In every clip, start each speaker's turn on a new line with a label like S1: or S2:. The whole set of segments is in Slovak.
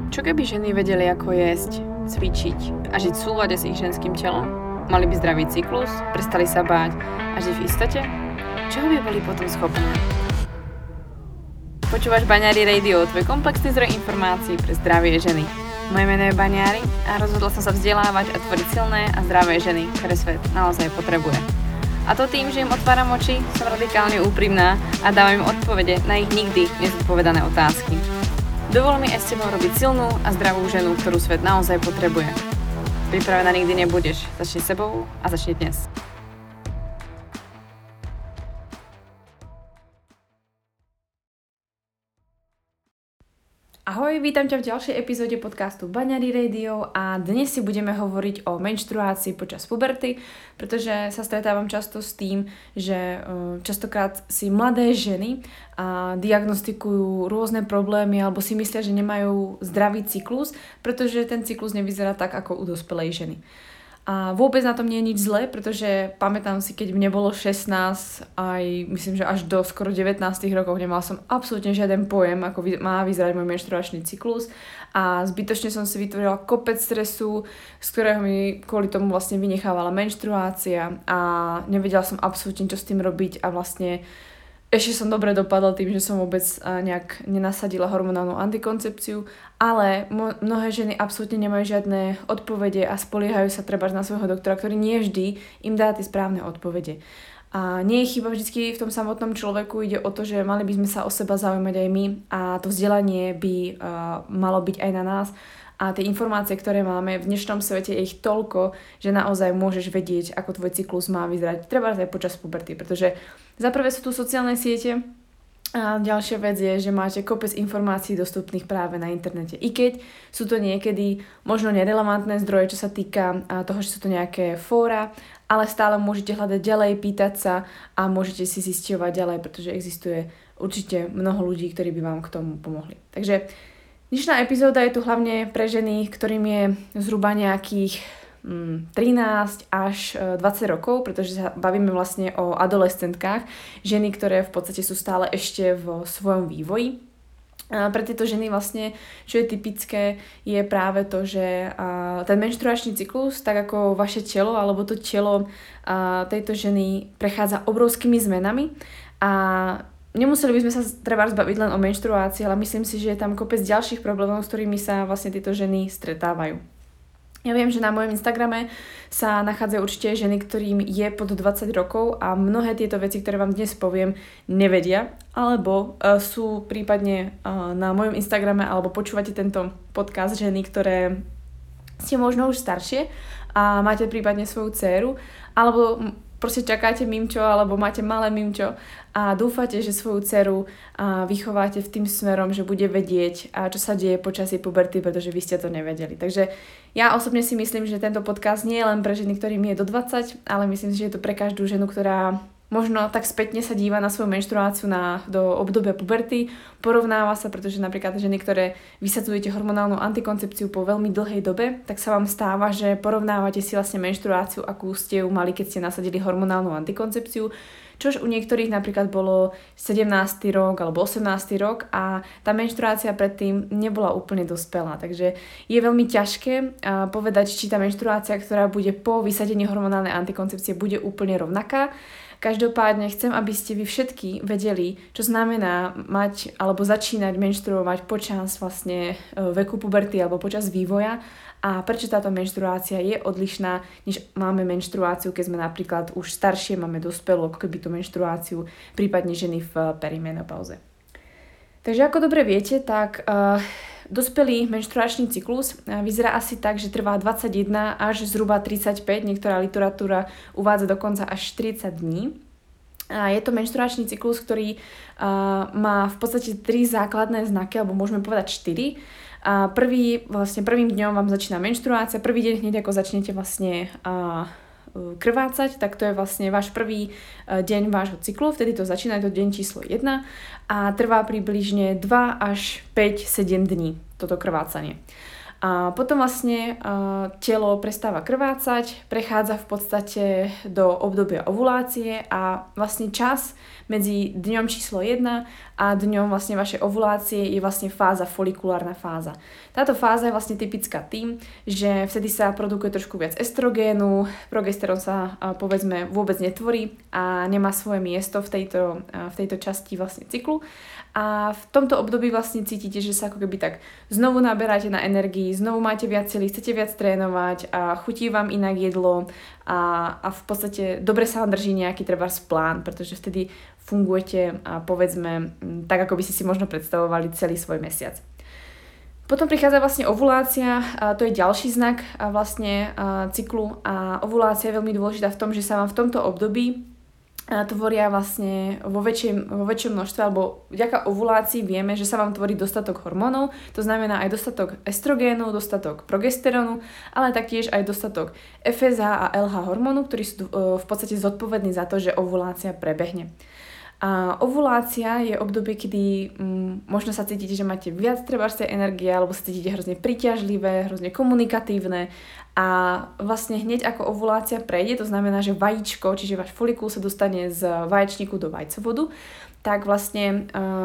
S1: Čo keby ženy vedeli, ako jesť, cvičiť a žiť v súlade s ich ženským telom? Mali by zdravý cyklus, prestali sa báť a žiť v istote? Čoho by boli potom schopné? Počúvaš Baňári Radio, tvoj komplexný zdroj informácií pre zdravie ženy. Moje meno je Baňári a rozhodla som sa vzdelávať a tvoriť silné a zdravé ženy, ktoré svet naozaj potrebuje. A to tým, že im otváram oči, som radikálne úprimná a dávam im odpovede na ich nikdy nezodpovedané otázky. Dovol mi aj s tebou robiť silnú a zdravú ženu, ktorú svet naozaj potrebuje. Pripravená nikdy nebudeš. Začni sebou a začni dnes. Ahoj, vítam ťa v ďalšej epizóde podcastu Baňári Radio a dnes si budeme hovoriť o menštruácii počas puberty, pretože sa stretávam často s tým, že častokrát si mladé ženy diagnostikujú rôzne problémy alebo si myslia, že nemajú zdravý cyklus, pretože ten cyklus nevyzerá tak ako u dospelej ženy. A vôbec na tom nie je nič zlé, pretože pamätám si, keď mne bolo 16, aj myslím, že až do skoro 19 rokov nemal som absolútne žiaden pojem, ako má vyzerať môj menštruačný cyklus a zbytočne som si vytvorila kopec stresu, z ktorého mi kvôli tomu vlastne vynechávala menštruácia a nevedela som absolútne, čo s tým robiť a vlastne ešte som dobre dopadla tým, že som vôbec nejak nenasadila hormonálnu antikoncepciu, ale mnohé ženy absolútne nemajú žiadne odpovede a spoliehajú sa trebárs na svojho doktora, ktorý nie vždy im dá tie správne odpovede. A nie je chyba vždy v tom samotnom človeku, ide o to, že mali by sme sa o seba zaujímať aj my a to vzdelanie by malo byť aj na nás. A tie informácie, ktoré máme v dnešnom svete, je ich toľko, že naozaj môžeš vedieť, ako tvoj cyklus má vyzerať. Treba aj počas puberty, pretože za prvé sú tu sociálne siete a ďalšia vec je, že máte kopec informácií dostupných práve na internete. I keď sú to niekedy možno nerelevantné zdroje, čo sa týka toho, že sú to nejaké fóra, ale stále môžete hľadať ďalej, pýtať sa a môžete si zisťovať ďalej, pretože existuje určite mnoho ľudí, ktorí by vám k tomu pomohli. Takže dnešná epizóda je tu hlavne pre ženy, ktorým je zhruba nejakých 13 až 20 rokov, pretože sa bavíme vlastne o adolescentkách, ženy, ktoré v podstate sú stále ešte vo svojom vývoji. A pre tieto ženy vlastne, čo je typické, je práve to, že ten menštruačný cyklus, tak ako vaše telo, alebo to telo tejto ženy prechádza obrovskými zmenami a nemuseli by sme sa trebárs baviť len o menštruácii, ale myslím si, že je tam kopec ďalších problémov, s ktorými sa vlastne tieto ženy stretávajú. Ja viem, že na mojom Instagrame sa nachádzajú určite ženy, ktorým je pod 20 rokov a mnohé tieto veci, ktoré vám dnes poviem, nevedia, alebo sú prípadne na mojom Instagrame, alebo počúvate tento podcast ženy, ktoré ste možno už staršie a máte prípadne svoju dcéru, alebo proste čakáte mimčo, alebo máte malé mimčo a dúfate, že svoju dceru vychováte v tým smerom, že bude vedieť, čo sa deje počas jej puberty, pretože vy ste to nevedeli. Takže ja osobne si myslím, že tento podcast nie je len pre ženy, ktorým je do 20, ale myslím si, že je to pre každú ženu, ktorá možno tak spätne sa díva na svoju menštruáciu do obdobia puberty, porovnáva sa, pretože napríklad ženy, ktoré vysadzujete hormonálnu antikoncepciu po veľmi dlhej dobe, tak sa vám stáva, že porovnávate si vlastne menštruáciu, akú ste ju mali, keď ste nasadili hormonálnu antikoncepciu, čož u niektorých napríklad bolo 17. rok alebo 18. rok a tá menštruácia predtým nebola úplne dospelá. Takže je veľmi ťažké povedať, či tá menštruácia, ktorá bude po vysadení hormonálnej antikoncepcie, bude úplne rovnaká. Každopádne chcem, aby ste vy všetky vedeli, čo znamená mať alebo začínať menštruovať počas vlastne veku puberty alebo počas vývoja a prečo táto menštruácia je odlišná, než máme menštruáciu, keď sme napríklad už staršie, máme dospelú, ako keby tú menštruáciu, prípadne ženy v perimenopauze. Takže ako dobre viete, tak dospelý menštruačný cyklus vyzerá asi tak, že trvá 21 až zhruba 35, niektorá literatúra uvádza dokonca až 40 dní. A je to menštruačný cyklus, ktorý má v podstate 3 základné znaky, alebo môžeme povedať 4. A prvým dňom vám začína menštruácia, prvý deň hneď ako začnete vlastne krvácať, tak to je vlastne váš prvý deň vášho cyklu, vtedy to začína, je to deň číslo 1 a trvá približne 2 až 5-7 dní toto krvácanie. A potom vlastne telo prestáva krvácať, prechádza v podstate do obdobia ovulácie a vlastne čas medzi dňom číslo 1 a dňom vlastne vašej ovulácie je vlastne fáza, folikulárna fáza. Táto fáza je vlastne typická tým, že vtedy sa produkuje trošku viac estrogénu, progesterón sa povedzme vôbec netvorí a nemá svoje miesto v tejto časti vlastne cyklu. A v tomto období vlastne cítite, že sa ako keby tak znovu naberáte na energii, znovu máte viac celí, chcete viac trénovať a chutí vám inak jedlo a v podstate dobre sa vám drží nejaký trebárs plán, pretože vtedy fungujete povedzme tak, ako by ste si možno predstavovali celý svoj mesiac. Potom prichádza vlastne ovulácia, to je ďalší znak vlastne cyklu a ovulácia je veľmi dôležitá v tom, že sa vám v tomto období tvoria vlastne vo väčšom množstve, alebo vďaka ovulácii vieme, že sa vám tvorí dostatok hormónov, to znamená aj dostatok estrogénu, dostatok progesterónu, ale taktiež aj dostatok FSH a LH hormónu, ktorí sú v podstate zodpovední za to, že ovulácia prebehne. A ovulácia je obdobie, kedy možno sa cítite, že máte viac trebárs tej energie, alebo sa cítite hrozne príťažlivé, hrozne komunikatívne a vlastne hneď ako ovulácia prejde, to znamená, že vajíčko, čiže váš folikul sa dostane z vaječníku do vajcovodu, tak vlastne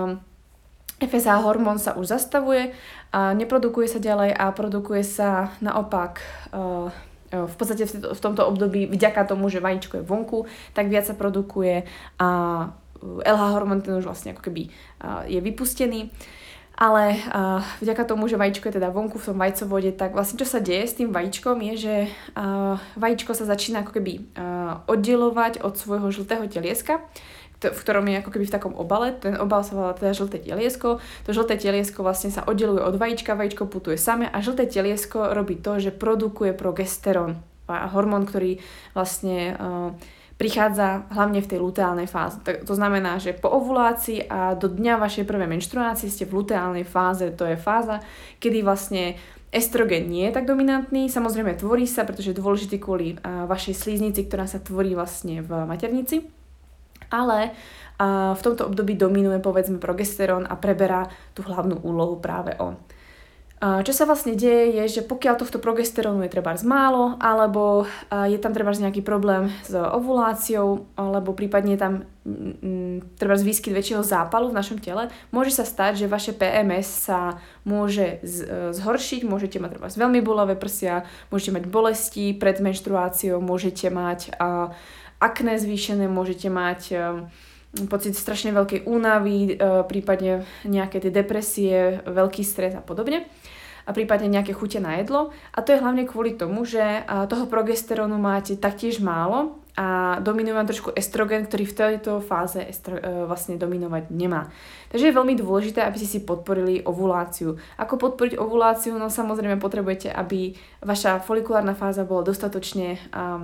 S1: FSH hormón sa už zastavuje, a neprodukuje sa ďalej a produkuje sa naopak v podstate v tomto období vďaka tomu, že vajíčko je vonku, tak viac sa produkuje a LH hormón ten už vlastne ako keby je vypustený. Ale vďaka tomu, že vajíčko je teda vonku v tom vajcovode, tak vlastne čo sa deje s tým vajíčkom je, že vajíčko sa začína ako keby oddelovať od svojho žltého telieska, v ktorom je ako keby v takom obale. Ten obal sa volá teda žlté teliesko. To žlté teliesko vlastne sa oddeluje od vajíčka, vajíčko putuje samé a žlté teliesko robí to, že produkuje progesterón, hormón, ktorý vlastne prichádza hlavne v tej luteálnej fáze. To znamená, že po ovulácii a do dňa vašej prvej menštruácie ste v luteálnej fáze. To je fáza, kedy vlastne estrogen nie je tak dominantný. Samozrejme tvorí sa, pretože je dôležitý kvôli vašej slíznici, ktorá sa tvorí vlastne v maternici. Ale v tomto období dominuje povedzme progesterón a preberá tú hlavnú úlohu práve on. Čo sa vlastne deje je, že pokiaľ tohto progesterónu je trebárs málo, alebo je tam trebárs nejaký problém s ovuláciou, alebo prípadne je tam trebárs výskyt väčšieho zápalu v našom tele, môže sa stať, že vaše PMS sa môže zhoršiť, môžete mať trebárs veľmi bolavé prsia, môžete mať bolesti pred menštruáciou, môžete mať akné zvýšené, môžete mať pocit strašne veľkej únavy, prípadne nejaké tie depresie, veľký stres a podobne. A prípadne nejaké chute na jedlo. A to je hlavne kvôli tomu, že toho progesterónu máte taktiež málo a dominuje vám trošku estrogen, ktorý v tejto fáze vlastne dominovať nemá. Takže je veľmi dôležité, aby ste si podporili ovuláciu. Ako podporiť ovuláciu? No samozrejme potrebujete, aby vaša folikulárna fáza bola dostatočne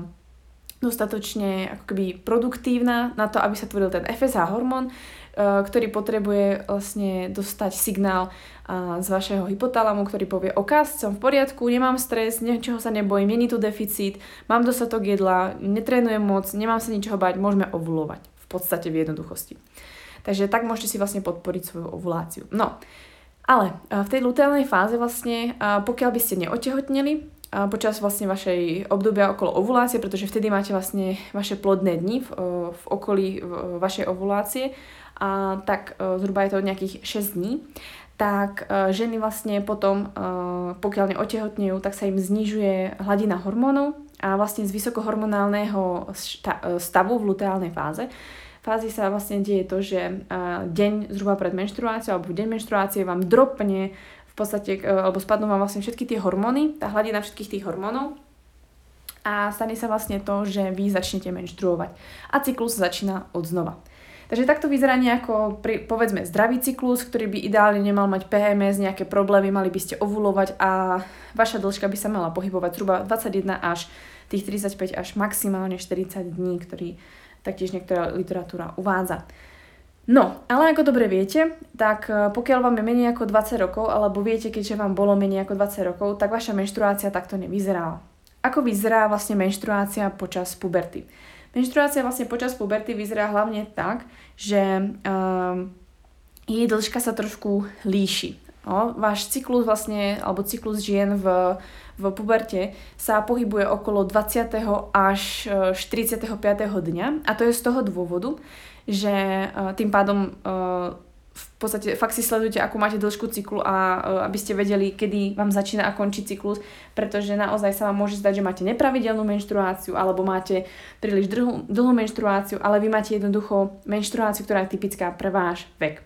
S1: ako keby produktívna na to, aby sa tvoril ten FSH hormón, ktorý potrebuje vlastne dostať signál z vašeho hypotalamu, ktorý povie OK, som v poriadku, nemám stres, ničoho sa nebojím, není tu deficit, mám dostatok jedla, netrénujem moc, nemám sa ničoho báť, môžeme ovulovať v podstate v jednoduchosti. Takže tak môžete si vlastne podporiť svoju ovuláciu. No, ale v tej luteálnej fáze vlastne, pokiaľ by ste neotehotneli, počas vlastne vašej obdobia okolo ovulácie, pretože vtedy máte vlastne vaše plodné dni v okolí vašej ovulácie, tak zhruba je to nejakých 6 dní, tak ženy vlastne potom, pokiaľ neotehotnejú, tak sa im znižuje hladina hormónov a vlastne z vysokohormonálneho stavu v luteálnej fázi sa vlastne deje to, že deň zhruba pred menštruáciou alebo deň menštruácie vám dropne v podstate, alebo spadnú vám vlastne všetky tie hormóny, tá hladina všetkých tých hormónov a stane sa vlastne to, že vy začnete menštruovať a cyklus začína od znova. Takže takto vyzerá nejako, povedzme, zdravý cyklus, ktorý by ideálne nemal mať PMS, nejaké problémy, mali by ste ovulovať a vaša dĺžka by sa mala pohybovať zhruba 21 až tých 35 až maximálne 40 dní, ktorý taktiež niektorá literatúra uvádza. No, ale ako dobre viete, tak pokiaľ vám je menej ako 20 rokov, alebo viete, keďže vám bolo menej ako 20 rokov, tak vaša menštruácia takto nevyzerala. Ako vyzerá vlastne menštruácia počas puberty? Menštruácia vlastne počas puberty vyzerá hlavne tak, že jej dĺžka sa trošku líši. No, váš cyklus vlastne, alebo cyklus žien v puberte sa pohybuje okolo 20. až 45. dňa a to je z toho dôvodu, že tým pádom v podstate fakt si sledujte, akú máte dĺžku cyklu a aby ste vedeli, kedy vám začína a končí cyklus, pretože naozaj sa vám môže zdať, že máte nepravidelnú menštruáciu alebo máte príliš dlhú menštruáciu, ale vy máte jednoducho menštruáciu, ktorá je typická pre váš vek.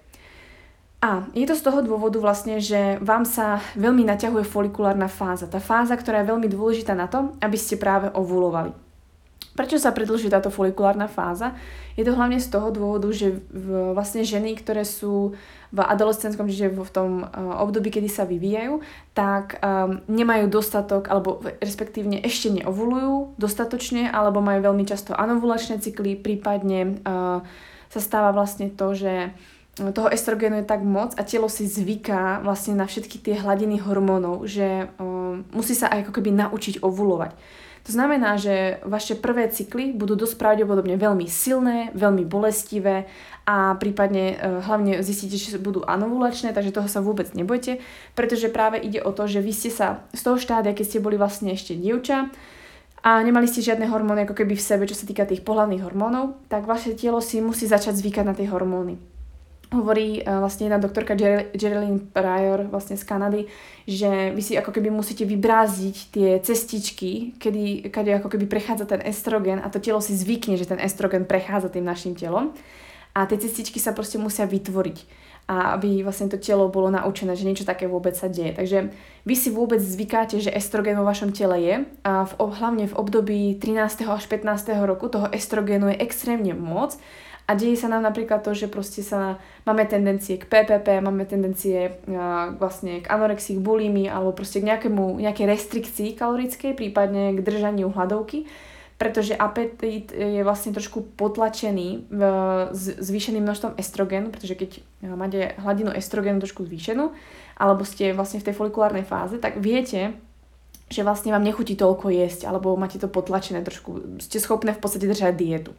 S1: A je to z toho dôvodu vlastne, že vám sa veľmi naťahuje folikulárna fáza. Tá fáza, ktorá je veľmi dôležitá na to, aby ste práve ovulovali. Prečo sa predĺžuje táto folikulárna fáza? Je to hlavne z toho dôvodu, že vlastne ženy, ktoré sú v adolescenskom, čiže v tom období, kedy sa vyvíjajú, tak nemajú dostatok, alebo respektívne ešte neovulujú dostatočne, alebo majú veľmi často anovulačné cykly, prípadne sa stáva vlastne to, že toho estrogénu je tak moc a telo si zvyká vlastne na všetky tie hladiny hormónov, že musí sa aj ako keby naučiť ovulovať. To znamená, že vaše prvé cykly budú dosť pravdepodobne veľmi silné, veľmi bolestivé a prípadne hlavne zistíte, že budú anovulačné, takže toho sa vôbec nebojte, pretože práve ide o to, že vy ste sa z toho štádia, keď ste boli vlastne ešte dievča a nemali ste žiadne hormóny ako keby v sebe, čo sa týka tých pohlavných hormónov, tak vaše telo si musí začať zvykať na tie hormóny. Hovorí vlastne jedna doktorka Geraldine Pryor vlastne z Kanady, že vy si ako keby musíte vybráziť tie cestičky, kedy ako keby prechádza ten estrogen a to telo si zvykne, že ten estrogen prechádza tým našim telom a tie cestičky sa proste musia vytvoriť a aby vlastne to telo bolo naučené, že niečo také vôbec sa deje. Takže vy si vôbec zvykáte, že estrogen vo vašom tele je a hlavne v období 13. až 15. roku toho estrogenu je extrémne moc. A deje sa nám napríklad to, že proste máme tendencie k PPP, máme tendencie vlastne k anorexii, k bulímii alebo proste k nejakej restrikcii kalorickej, prípadne k držaniu hladovky, pretože apetít je vlastne trošku potlačený zvýšeným množstvom estrogénu, pretože keď máte hladinu estrogénu trošku zvýšenú, alebo ste vlastne v tej folikulárnej fáze, tak viete, že vlastne vám nechutí toľko jesť, alebo máte to potlačené trošku, ste schopné v podstate držať dietu.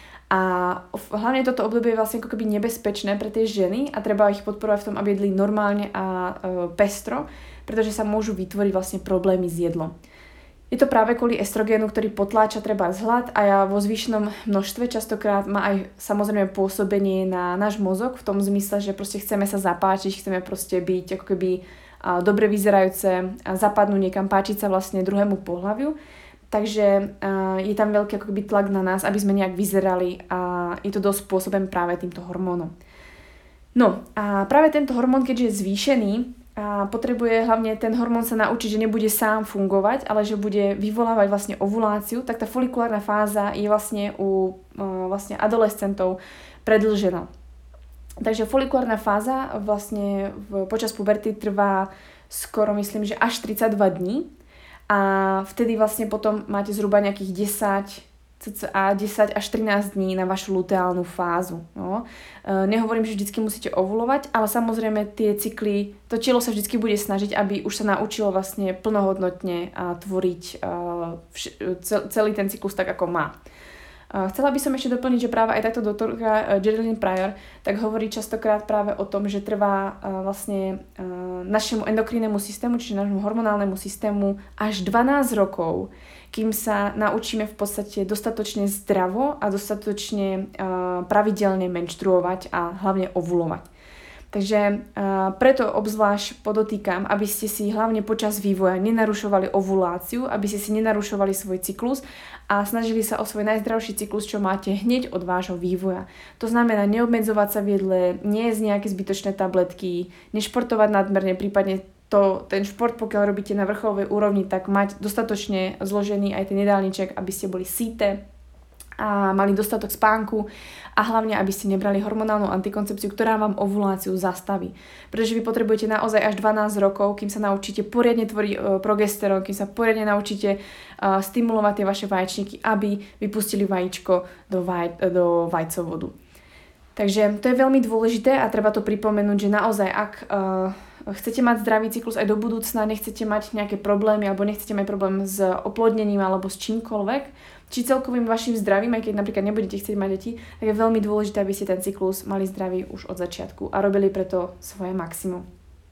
S1: A hlavne toto obdobie je vlastne ako keby nebezpečné pre tie ženy a treba ich podporovať v tom, aby jedli normálne a pestro, pretože sa môžu vytvoriť vlastne problémy s jedlom. Je to práve kvôli estrogénu, ktorý potláča treba hlad a vo zvýšenom množstve častokrát má aj samozrejme pôsobenie na náš mozog v tom zmysle, že proste chceme sa zapáčiť, chceme proste byť ako keby dobre vyzerajúce, zapadnúť niekam, páčiť sa vlastne druhému pohľaviu. Takže je tam veľký ako keby tlak na nás, aby sme nejak vyzerali a je to dosť spôsobené práve týmto hormónom. No a práve tento hormón, keďže je zvýšený a potrebuje hlavne ten hormón sa naučiť, že nebude sám fungovať, ale že bude vyvolávať vlastne ovuláciu, tak tá folikulárna fáza je vlastne u vlastne adolescentov predĺžená. Takže folikulárna fáza vlastne počas puberty trvá skoro myslím, že až 32 dní. A vtedy vlastne potom máte zhruba nejakých 10 až 13 dní na vašu luteálnu fázu. No. Nehovorím, že vždycky musíte ovulovať, ale samozrejme tie cykly, to telo sa vždycky bude snažiť, aby už sa naučilo vlastne plnohodnotne tvoriť celý ten cyklus tak, ako má. Chcela by som ešte doplniť, že práve aj táto doktorka Geraldine Pryor tak hovorí častokrát práve o tom, že trvá vlastne našemu endokrinnému systému, čiže nášmu hormonálnemu systému až 12 rokov, kým sa naučíme v podstate dostatočne zdravo a dostatočne pravidelne menštruovať a hlavne ovulovať. Takže preto obzvlášť podotýkam, aby ste si hlavne počas vývoja nenarušovali ovuláciu, aby ste si nenarušovali svoj cyklus a snažili sa o svoj najzdravší cyklus, čo máte hneď od vášho vývoja. To znamená neobmedzovať sa v jedle, nejesť nejaké zbytočné tabletky, nešportovať nadmerne, prípadne ten šport, pokiaľ robíte na vrcholovej úrovni, tak mať dostatočne zložený aj ten jedálniček, aby ste boli syté a mali dostatok spánku a hlavne, aby ste nebrali hormonálnu antikoncepciu, ktorá vám ovuláciu zastaví. Pretože vy potrebujete naozaj až 12 rokov, kým sa naučíte poriadne tvoriť progesterón, kým sa poriadne naučíte stimulovať tie vaše vaječníky, aby vypustili vajíčko do vajcovodu. Takže to je veľmi dôležité a treba to pripomenúť, že naozaj ak chcete mať zdravý cyklus aj do budúcna, nechcete mať nejaké problémy alebo nechcete mať problém s oplodnením alebo s čímkoľvek, či celkovým vašim zdravím, aj keď napríklad nebudete chcieť mať deti, tak je veľmi dôležité, aby ste ten cyklus mali zdravý už od začiatku a robili preto svoje maximum.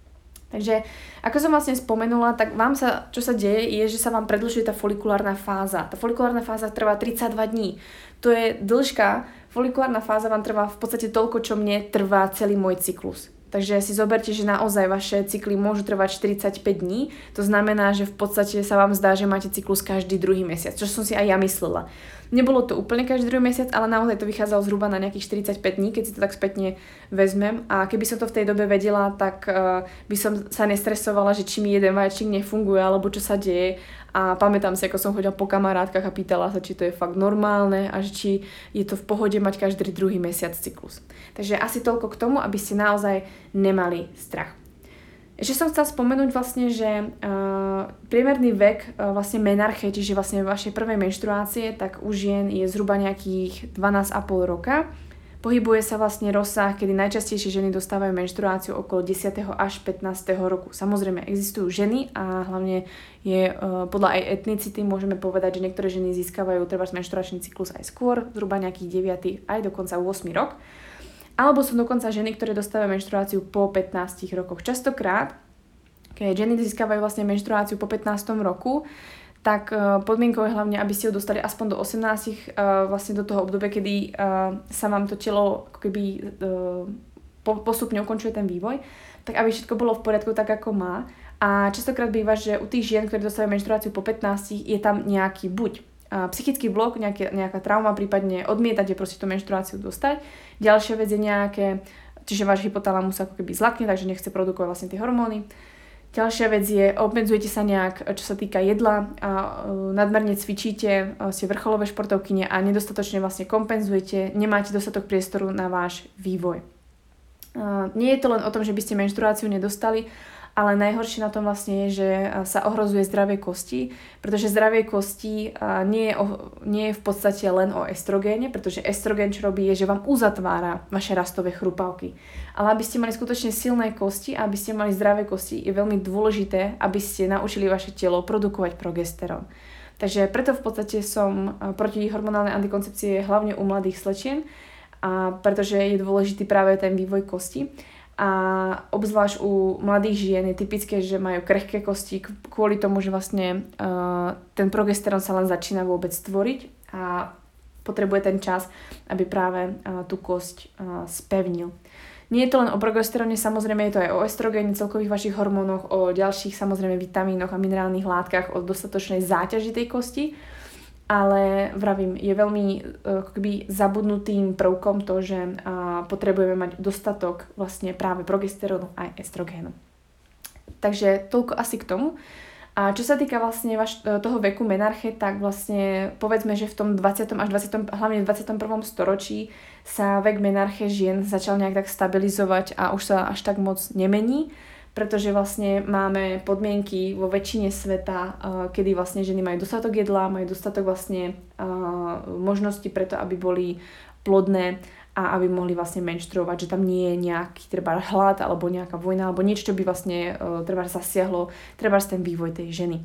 S1: Takže ako som vlastne spomenula, tak vám sa, čo sa deje, je, že sa vám predĺžuje tá folikulárna fáza. Tá folikulárna fáza trvá 32 dní. To je dĺžka, folikulárna fáza vám trvá v podstate toľko, čo mne trvá celý môj cyklus. Takže si zoberte, že naozaj vaše cykly môžu trvať 45 dní. To znamená, že v podstate sa vám zdá, že máte cyklus každý druhý mesiac, čo som si aj ja myslela. Nebolo to úplne každý druhý mesiac, ale naozaj to vychádzalo zhruba na nejakých 45 dní, keď si to tak spätne vezmem. A keby som to v tej dobe vedela, tak by som sa nestresovala, že či mi jeden vaječník nefunguje, alebo čo sa deje. A pamätám si, ako som chodila po kamarátkach a pýtala sa, či to je fakt normálne a že či je to v pohode mať každý druhý mesiac cyklus. Takže asi toľko k tomu, aby ste naozaj nemali strach. Ešte som chcela spomenúť vlastne, že priemerný vek vlastne menarche, čiže vlastne vašej prvej menštruácie, tak u žien je zhruba nejakých 12,5 roka. Pohybuje sa vlastne rozsah, kedy najčastejšie ženy dostávajú menštruáciu okolo 10. až 15. roku. Samozrejme, existujú ženy a hlavne je podľa aj etnicity môžeme povedať, že niektoré ženy získavajú trebárs menštruačný cyklus aj skôr, zhruba nejakých 9. aj dokonca 8. rok. Alebo sú dokonca ženy, ktoré dostávajú menštruáciu po 15 rokoch. Častokrát, keď ženy získavajú vlastne menštruáciu po 15. roku, tak podmienkou je hlavne, aby ste ju dostali aspoň do 18, vlastne do toho obdobia, kedy sa vám to telo ako keby postupne ukončuje ten vývoj, tak aby všetko bolo v poriadku tak, ako má. A častokrát býva, že u tých žien, ktorí dostávajú menštruáciu po 15, je tam nejaký buď psychický blok, nejaká trauma, prípadne odmietate proste tú menštruáciu dostať. Ďalšia vec je čiže váš hypotalamus ako keby zlakne, takže nechce produkovať vlastne tie hormóny. Ďalšia vec je, obmedzujete sa nejak, čo sa týka jedla, a nadmerne cvičíte, ste vrcholové športovkyne a nedostatočne vlastne kompenzujete, nemáte dostatok priestoru na váš vývoj. Nie je to len o tom, že by ste menštruáciu nedostali, ale najhoršie na tom vlastne je, že sa ohrozuje zdravie kosti, pretože zdravie kosti nie je v podstate len o estrogéne, pretože estrogén, čo robí, je, že vám uzatvára vaše rastové chrupavky. Ale aby ste mali skutočne silné kosti a aby ste mali zdravé kosti, je veľmi dôležité, aby ste naučili vaše telo produkovať progesterón. Takže preto v podstate som proti hormonálnej antikoncepcie hlavne u mladých slečien, pretože je dôležitý práve ten vývoj kosti. A obzvlášť u mladých žien je typické, že majú krehké kosti kvôli tomu, že vlastne ten progesterón sa len začína vôbec tvoriť a potrebuje ten čas, aby práve tú kosť spevnil. Nie je to len o progesteróne, samozrejme je to aj o estrogéne, celkových vašich hormónoch, o ďalších samozrejme vitamínoch a minerálnych látkach, o dostatočnej záťaži tej kosti. Ale vravím, je veľmi akoby zabudnutým prvkom to, že potrebujeme mať dostatok vlastne práve progesterónu aj estrogénu. Takže toľko asi k tomu. A čo sa týka vlastne toho veku menarche, tak vlastne povedzme, že v tom 20. až 20. hlavne v 21. storočí sa vek menarche žien začal nejak tak stabilizovať a už sa až tak moc nemení, pretože vlastne máme podmienky vo väčšine sveta, kedy vlastne ženy majú dostatok jedla, majú dostatok vlastne možností preto, aby boli plodné a aby mohli vlastne menštruovať, že tam nie je nejaký treba hlad alebo nejaká vojna alebo niečo, čo by vlastne treba zasiahlo treba ten vývoj tej ženy.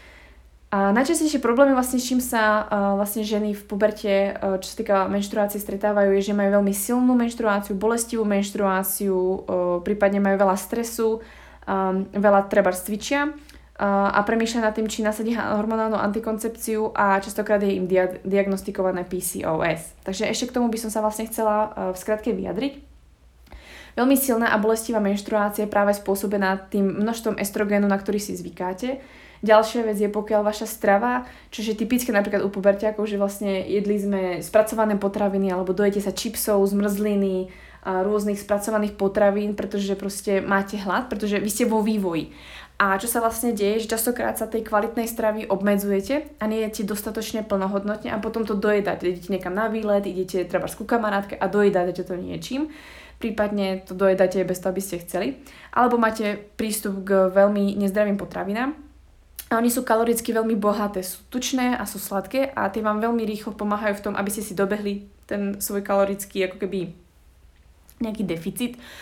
S1: A najčastejšie problémy vlastne, s čím sa vlastne ženy v puberte, čo sa týka menštruácie, stretávajú, je, že majú veľmi silnú menštruáciu, bolestivú menštruáciu, prípadne majú veľa stresu, veľa trebárs cvičia a premýšľa nad tým, či nasadí hormonálnu antikoncepciu a častokrát je im diagnostikované PCOS. Takže ešte k tomu by som sa vlastne chcela v skratke vyjadriť. Veľmi silná a bolestivá menštruácia je práve spôsobená tým množstvom estrogénu, na ktorý si zvykáte. Ďalšia vec je, pokiaľ vaša strava, čo je typické napríklad u puberťákov, že vlastne jedli sme spracované potraviny alebo dojete sa čipsov, zmrzliny, rôznych spracovaných potravín, pretože proste máte hlad, pretože vy ste vo vývoji. A čo sa vlastne deje, že častokrát sa tej kvalitnej stravy obmedzujete a nejete dostatočne plnohodnotne a potom to dojedáte. Idete niekam na výlet, idete treba ku kamarátke a dojedáte to niečím. Prípadne to dojedáte bez toho, aby ste chceli. Alebo máte prístup k veľmi nezdravým potravinám. A oni sú kaloricky veľmi bohaté, sú tučné a sú sladké a tie vám veľmi rýchlo pomáhajú v tom, aby ste si dobehli ten svoj kalorický ako keby nejaký deficit,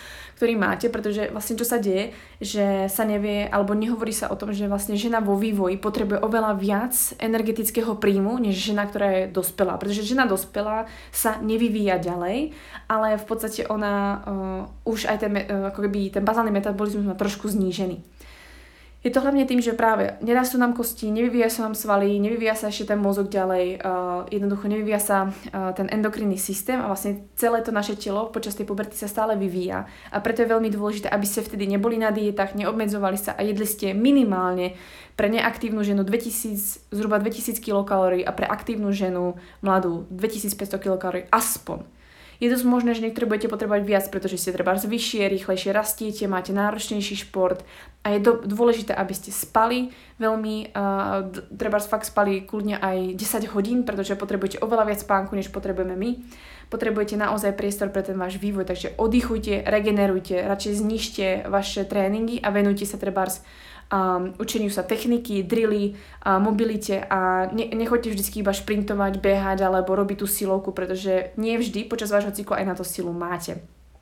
S1: ktorý máte, pretože vlastne čo sa deje, že sa nevie, alebo nehovorí sa o tom, že vlastne žena vo vývoji potrebuje oveľa viac energetického príjmu, než žena, ktorá je dospelá. Pretože žena dospelá sa nevyvíja ďalej, ale v podstate ona už aj ten bazálny metabolizmus má trošku znížený. Je to hlavne tým, že práve nerastú nám kosti, nevyvíja sa nám svaly, nevyvíja sa ešte ten mozog ďalej, jednoducho nevyvíja sa ten endokrinný systém a vlastne celé to naše telo počas tej puberty sa stále vyvíja. A preto je veľmi dôležité, aby ste vtedy neboli na dietách, neobmedzovali sa a jedli ste minimálne pre neaktívnu ženu zhruba 2000 kilokalórií a pre aktívnu ženu mladú 2500 kilokalórií aspoň. Je dosť možné, že niektorí budete potrebovať viac, pretože ste treba vyššie, rýchlejšie rastíte, máte náročnejší šport a je dôležité, aby ste spali veľmi, treba fakt spali kľudne aj 10 hodín, pretože potrebujete oveľa viac spánku, než potrebujeme my. Potrebujete naozaj priestor pre ten váš vývoj, takže oddychujte, regenerujte, radšej znižte vaše tréningy a venujte sa treba učeniu sa techniky, drily, mobilite a nechoďte vždy iba šprintovať, behať alebo robiť tú silovku, pretože nie vždy počas vášho cyklu aj na to silu máte.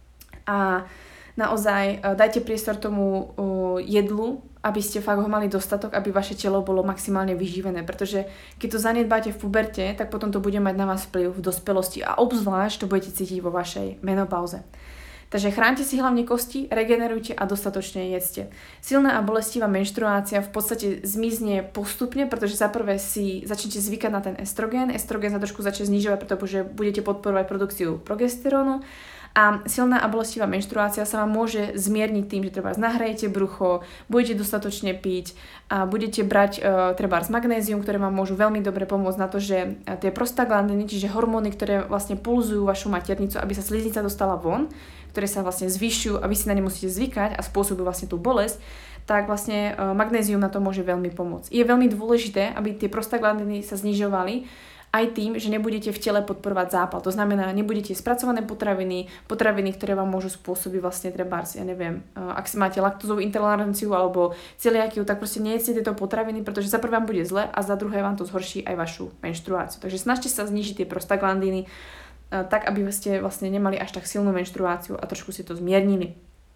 S1: A naozaj dajte priestor tomu jedlu, aby ste fakt ho mali dostatok, aby vaše telo bolo maximálne vyživené, pretože keď to zanedbáte v puberte, tak potom to bude mať na vás vplyv v dospelosti a obzvlášť to budete cítiť vo vašej menopauze. Takže chránte si hlavne kosti, regenerujte a dostatočne jedzte. Silná a bolestivá menštruácia v podstate zmizne postupne, pretože za prvé si začnete zvykať na ten estrogén. Estrogén sa trošku začne znižovať, pretože budete podporovať produkciu progesterónu. A silná a bolestivá menštruácia sa vám môže zmierniť tým, že treba nahrajete brucho, budete dostatočne piť a budete brať treba magnézium, ktoré vám môžu veľmi dobre pomôcť na to, že tie prostaglandiny, čiže hormóny, ktoré vlastne pulzujú vašu maternicu, aby sa sliznica dostala von, ktoré sa vlastne zvyšujú a vy si na ne musíte zvykať a spôsobujú vlastne tú bolesť, tak vlastne magnézium na to môže veľmi pomôcť. Je veľmi dôležité, aby tie prostaglandiny sa znižovali aj tým, že nebudete v tele podporovať zápal. To znamená, nebudete spracované potraviny, ktoré vám môžu spôsobiť vlastne trebárs, ja neviem, ak si máte laktózovú intoleranciu alebo celiakiu, tak proste nejedzte tieto potraviny, pretože za prvé vám bude zle a za druhé vám to zhorší aj vašu menštruáciu. Takže snažte sa znižiť tie prostaglandiny tak, aby ste vlastne nemali až tak silnú menštruáciu a trošku si to zmiernili.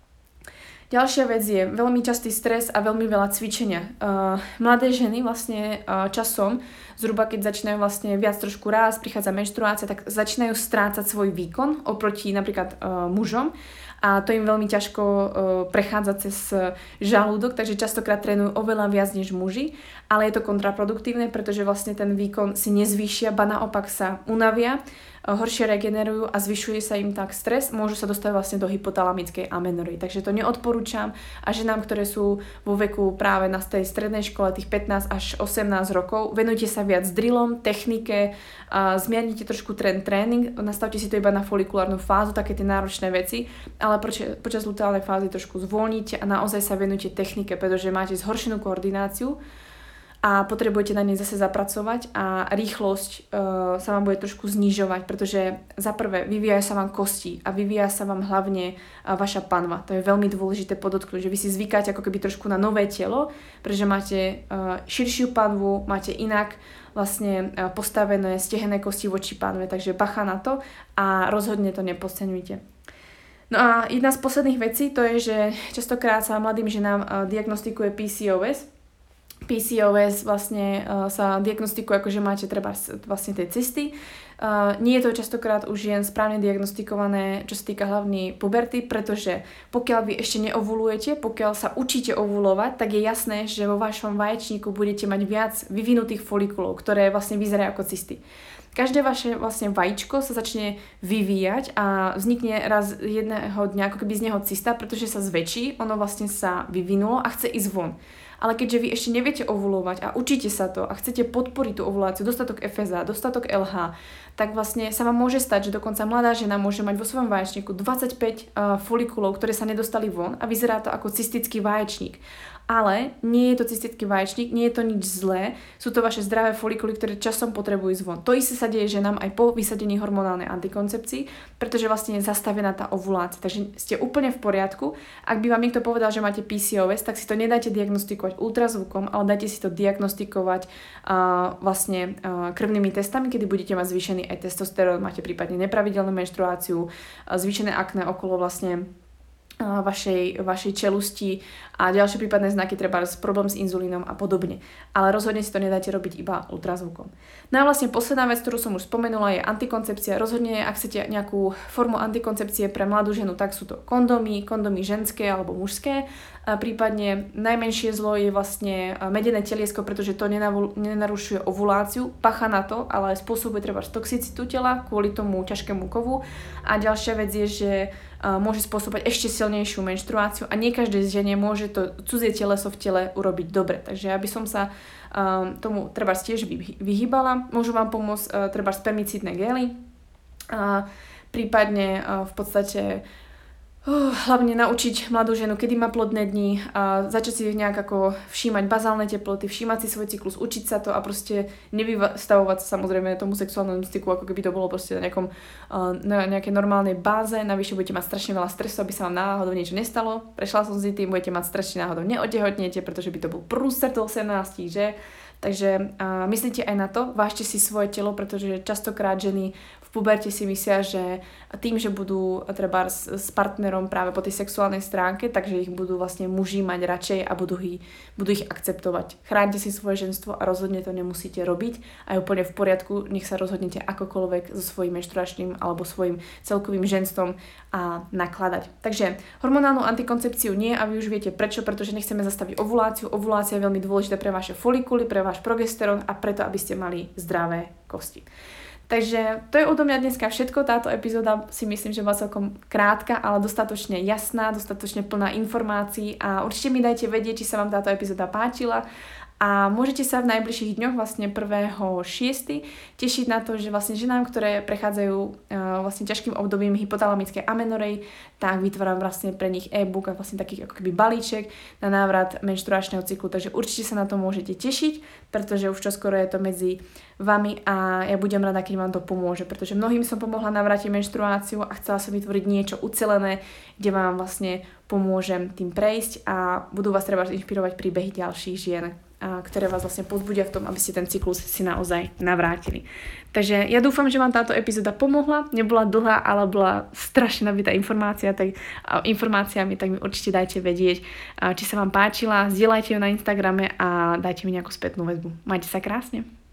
S1: Ďalšia vec je veľmi častý stres a veľmi veľa cvičenia. Mladé ženy vlastne časom, zhruba keď začínajú vlastne viac trošku rásť, prichádza menštruácia, tak začínajú strácať svoj výkon oproti napríklad mužom a to im veľmi ťažko prechádza cez žalúdok, takže častokrát trénujú oveľa viac než muži, ale je to kontraproduktívne, pretože vlastne ten výkon si nezvýšia, ba naopak sa unavia, horšie regenerujú a zvyšuje sa im tak stres, môžu sa dostať vlastne do hypotalamickej amenory. Takže to neodporúčam a ženám, ktoré sú vo veku práve na tej strednej škole, tých 15 až 18 rokov, venujte sa viac drillom, technike, zmiernite trošku tréning, nastavte si to iba na folikulárnu fázu, také tie náročné veci, ale počas luteálnej fázy trošku zvolníte a naozaj sa venujte technike, pretože máte zhoršenú koordináciu a potrebujete na nej zase zapracovať a rýchlosť sa vám bude trošku znižovať, pretože za prvé vyvíjajú sa vám kosti a vyvíja sa vám hlavne vaša panva. To je veľmi dôležité podotknúť, že vy si zvykáte ako keby trošku na nové telo, pretože máte širšiu panvu, máte inak vlastne postavené stehenné kosti voči panve, takže bacha na to a rozhodne to nepodceňujte. No a jedna z posledných vecí to je, že častokrát sa mladým ženám diagnostikuje PCOS. PCOS vlastne sa diagnostikuje ako, že máte treba vlastne tie cysty. Nie je to častokrát už jen správne diagnostikované, čo sa týka hlavne puberty, pretože pokiaľ vy ešte neovulujete, pokiaľ sa učíte ovulovať, tak je jasné, že vo vašom vaječníku budete mať viac vyvinutých folikulov, ktoré vlastne vyzerajú ako cysty. Každé vaše vlastne vajíčko sa začne vyvíjať a vznikne raz jedného dňa ako keby z neho cysta, pretože sa zväčší, ono vlastne sa vyvinulo a chce ísť von. Ale keďže vy ešte neviete ovulovať a učíte sa to a chcete podporiť tú ovuláciu, dostatok FSH, dostatok LH, tak vlastne sa vám môže stať, že dokonca mladá žena môže mať vo svojom vaječníku 25 folikulov, ktoré sa nedostali von a vyzerá to ako cystický vaječník. Ale nie je to cystický vaječník, nie je to nič zlé, sú to vaše zdravé folikuly, ktoré časom potrebujú ísť von. To isté sa deje ženám aj po vysadení hormonálnej antikoncepcii, pretože vlastne je zastavená tá ovulácia. Takže ste úplne v poriadku. Ak by vám niekto povedal, že máte PCOS, tak si to nedajte diagnostikovať ultrazvukom, ale dajte si to diagnostikovať vlastne krvnými testami, kedy budete mať zvýšený aj testosterón, máte prípadne nepravidelnú menštruáciu, zvýšené akné okolo vlastne vašej čelusti a ďalšie prípadné znaky, treba problém s inzulínom a podobne. Ale rozhodne si to nedáte robiť iba ultrazvukom. No a vlastne posledná vec, ktorú som už spomenula, je antikoncepcia. Rozhodne, ak chcete nejakú formu antikoncepcie pre mladú ženu, tak sú to kondomy ženské alebo mužské. A prípadne najmenšie zlo je vlastne medené teliesko, pretože to nenarušuje ovuláciu, pacha na to, ale spôsobuje treba toxicitu tela kvôli tomu ťažkému kovu. A ďalšia vec je, že môže spôsobovať ešte silnejšiu menštruáciu a nie každej žene môže to cudzie teleso v tele urobiť dobre. Takže ja by som sa tomu treba tiež vyhýbala. Môžu vám pomôcť treba spermicídne gély, prípadne v podstate hlavne naučiť mladú ženu, kedy má plodné dni a začať si nejak ako všímať bazálne teploty, všímať si svoj cyklus, učiť sa to a proste nevystavovať sa samozrejme tomu sexuálnemu styku, ako keby to bolo proste na nejakej normálnej báze. Navyše budete mať strašne veľa stresu, aby sa vám náhodou niečo nestalo. Prešla som si tým, budete mať strašne náhodou neotehotnete, pretože by to bol prúser do 18, že? Takže myslíte aj na to, vážte si svoje telo, pretože častokrát ženy v puberte si myslia, že tým, že budú treba s partnerom práve po tej sexuálnej stránke, takže ich budú vlastne muži mať radšej a budú ich akceptovať. Chráňte si svoje ženstvo a rozhodne to nemusíte robiť a je úplne v poriadku, nech sa rozhodnete akokoľvek so svojím menštruačným alebo svojím celkovým ženstvom a nakladať. Takže hormonálnu antikoncepciu nie a vy už viete prečo, pretože nechceme zastaviť ovuláciu. Ovulácia je veľmi dôležitá pre vaše folikuly, pre váš progesterón a preto, aby ste mali zdravé kosti. Takže to je odo mňa dneska všetko. Táto epizóda si myslím, že bola celkom krátka, ale dostatočne jasná, dostatočne plná informácií a určite mi dajte vedieť, či sa vám táto epizóda páčila a môžete sa v najbližších dňoch, vlastne 1.6. tešiť na to, že vlastne ženám, ktoré prechádzajú vlastne ťažkým obdobím hypotalamickej amenorei, tak vytváram vlastne pre nich e-book a vlastne taký ako keby balíček na návrat menštruačného cyklu, takže určite sa na to môžete tešiť, pretože už čoskoro je to medzi vami a ja budem rada, keď vám to pomôže, pretože mnohým som pomohla navrátiť menštruáciu a chcela som vytvoriť niečo ucelené, kde vám vlastne pomôžem tým prejsť a budú vás treba inšpirovať príbehy ďalších žien, ktoré vás vlastne povzbudia v tom, aby ste ten cyklus si naozaj navrátili. Takže ja dúfam, že vám táto epizóda pomohla, nebola dlhá, ale bola strašne nabitá informáciami, tak mi určite dajte vedieť, či sa vám páčila, zdieľajte ju na Instagrame a dajte mi nejakú spätnú väzbu. Majte sa krásne.